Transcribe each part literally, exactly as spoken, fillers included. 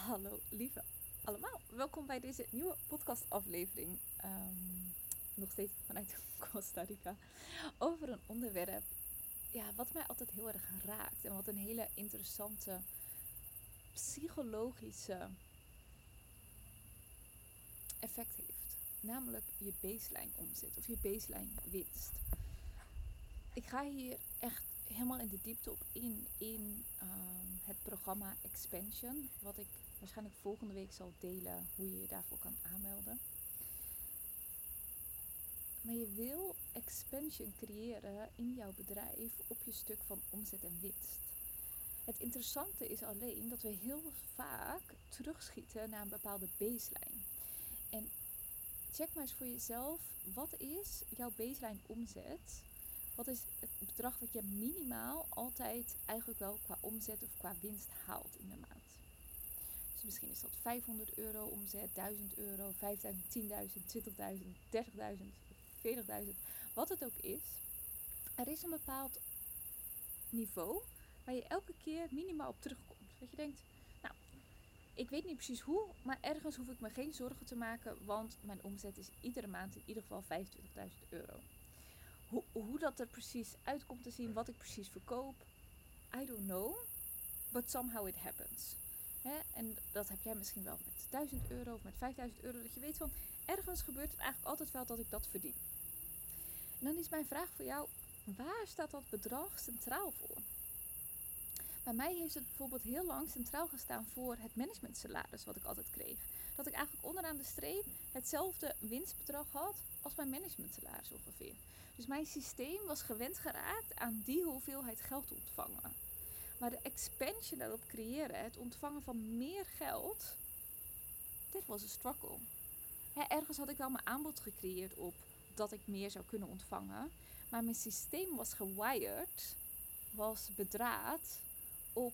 Hallo lieve allemaal, welkom bij deze nieuwe podcastaflevering. Um, nog steeds vanuit Costa Rica. Over een onderwerp ja, wat mij altijd heel erg raakt. En wat een hele interessante psychologische effect heeft. Namelijk je baseline omzet of je baseline winst. Ik ga hier echt helemaal in de diepte op in in um, het programma Expansion. Wat ik waarschijnlijk volgende week zal delen hoe je je daarvoor kan aanmelden. Maar je wil expansion creëren in jouw bedrijf op je stuk van omzet en winst. Het interessante is alleen dat we heel vaak terugschieten naar een bepaalde baseline. En check maar eens voor jezelf, wat is jouw baseline omzet? Wat is het bedrag wat je minimaal altijd eigenlijk wel qua omzet of qua winst haalt in de maand? Dus misschien is dat vijfhonderd euro omzet, duizend euro, vijfduizend, tienduizend, twintigduizend, dertigduizend, veertigduizend. Wat het ook is. Er is een bepaald niveau waar je elke keer minimaal op terugkomt. Dat je denkt, nou, ik weet niet precies hoe, maar ergens hoef ik me geen zorgen te maken, want mijn omzet is iedere maand in ieder geval vijfentwintigduizend euro. Hoe, hoe dat er precies uit komt te zien, wat ik precies verkoop, I don't know, but somehow it happens. He, en dat heb jij misschien wel met duizend euro of met vijfduizend euro, dat je weet van, ergens gebeurt het eigenlijk altijd wel dat ik dat verdien. En dan is mijn vraag voor jou, waar staat dat bedrag centraal voor? Bij mij heeft het bijvoorbeeld heel lang centraal gestaan voor het managementsalaris wat ik altijd kreeg. Dat ik eigenlijk onderaan de streep hetzelfde winstbedrag had als mijn managementsalaris ongeveer. Dus mijn systeem was gewend geraakt aan die hoeveelheid geld ontvangen. Maar de expansion daarop creëren, het ontvangen van meer geld, dit was een struggle. He, ergens had ik wel mijn aanbod gecreëerd op dat ik meer zou kunnen ontvangen. Maar mijn systeem was gewired, was bedraad op,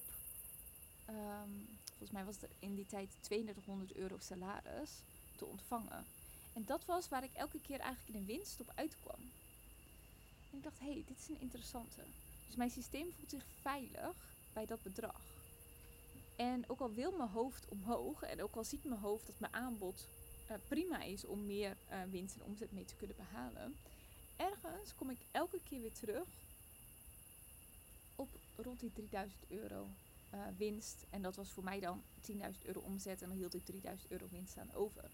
um, volgens mij was het in die tijd tweeduizendhonderd euro salaris te ontvangen. En dat was waar ik elke keer eigenlijk in een winst op uitkwam. En ik dacht, hé, hey, dit is een interessante. Dus mijn systeem voelt zich veilig bij dat bedrag. En ook al wil mijn hoofd omhoog en ook al ziet mijn hoofd dat mijn aanbod uh, prima is om meer uh, winst en omzet mee te kunnen behalen, ergens kom ik elke keer weer terug op rond die drieduizend euro uh, winst. En dat was voor mij dan tienduizend euro omzet en dan hield ik drieduizend euro winst aan over.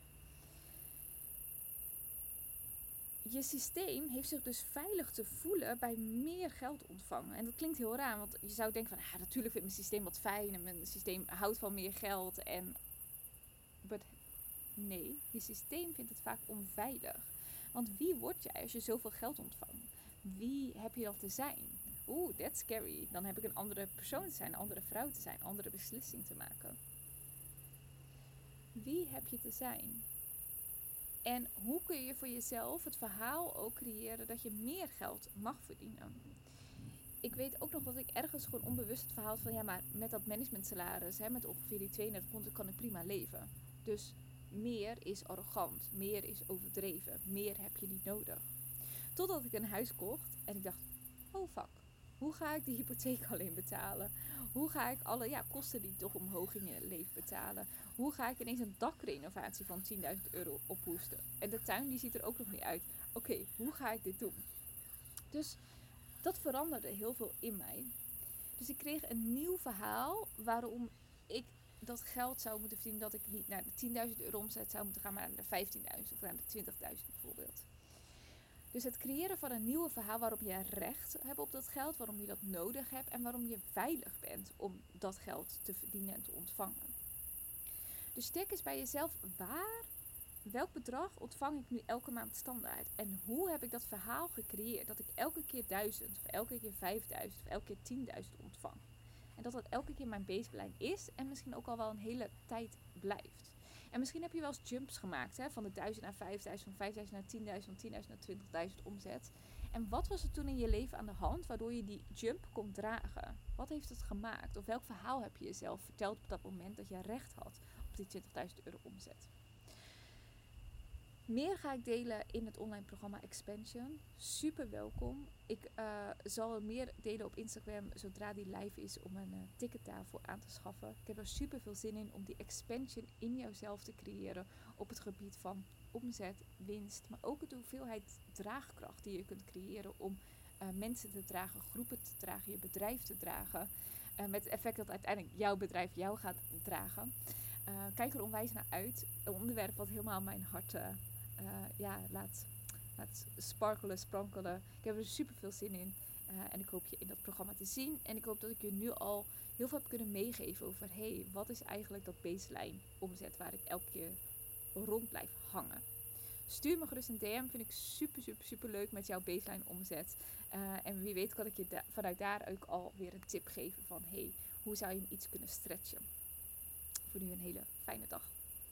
Je systeem heeft zich dus veilig te voelen bij meer geld ontvangen. En dat klinkt heel raar, want je zou denken van, ah, natuurlijk vindt mijn systeem wat fijn en mijn systeem houdt van meer geld. En but nee, je systeem vindt het vaak onveilig. Want wie word jij als je zoveel geld ontvangt? Wie heb je dan te zijn? Oeh, that's scary. Dan heb ik een andere persoon te zijn, een andere vrouw te zijn, een andere beslissing te maken. Wie heb je te zijn? En hoe kun je voor jezelf het verhaal ook creëren dat je meer geld mag verdienen? Ik weet ook nog dat ik ergens gewoon onbewust het verhaal van, ja, maar met dat managementsalaris, hè, met ongeveer die tweeëndertighonderd kan ik prima leven. Dus meer is arrogant, meer is overdreven, meer heb je niet nodig. Totdat ik een huis kocht en ik dacht, oh fuck, hoe ga ik die hypotheek alleen betalen? Hoe ga ik alle ja, kosten die toch omhoog gingen in het leven betalen? Hoe ga ik ineens een dakrenovatie van tienduizend euro ophoesten? En de tuin die ziet er ook nog niet uit. Oké, okay, hoe ga ik dit doen? Dus dat veranderde heel veel in mij. Dus ik kreeg een nieuw verhaal waarom ik dat geld zou moeten verdienen, dat ik niet naar de tienduizend euro omzet zou moeten gaan, maar naar de vijftienduizend of naar de twintigduizend bijvoorbeeld. Dus het creëren van een nieuw verhaal waarom je recht hebt op dat geld, waarom je dat nodig hebt en waarom je veilig bent om dat geld te verdienen en te ontvangen. Dus check eens bij jezelf, waar, welk bedrag ontvang ik nu elke maand standaard? En hoe heb ik dat verhaal gecreëerd dat ik elke keer duizend of elke keer vijfduizend of elke keer tienduizend ontvang? En dat dat elke keer mijn baseline is en misschien ook al wel een hele tijd blijft. En misschien heb je wel eens jumps gemaakt, hè, van de duizend naar vijfduizend, van vijfduizend naar tienduizend, van tienduizend naar twintigduizend omzet. En wat was er toen in je leven aan de hand waardoor je die jump kon dragen? Wat heeft het gemaakt? Of welk verhaal heb je jezelf verteld op dat moment dat je recht had op die twintigduizend euro omzet? Meer ga ik delen in het online programma Expansion. Super welkom. Ik uh, zal meer delen op Instagram zodra die live is om een uh, ticket daarvoor aan te schaffen. Ik heb er super veel zin in om die expansion in jouzelf te creëren op het gebied van omzet, winst, maar ook de hoeveelheid draagkracht die je kunt creëren om uh, mensen te dragen, groepen te dragen, je bedrijf te dragen. Uh, met het effect dat uiteindelijk jouw bedrijf jou gaat dragen. Uh, kijk er onwijs naar uit. Een onderwerp wat helemaal mijn hart uh, uh, ja, laat, laat sparkelen, sprankelen. Ik heb er super veel zin in. Uh, en ik hoop je in dat programma te zien. En ik hoop dat ik je nu al heel veel heb kunnen meegeven over... hé, hey, wat is eigenlijk dat baseline omzet waar ik elke keer rond blijf hangen. Stuur me gerust een D M. Vind ik super, super, super leuk met jouw baseline omzet. Uh, en wie weet kan ik je da- vanuit daar ook alweer een tip geven van... hé, hey, hoe zou je hem iets kunnen stretchen? Voor nu een hele fijne dag.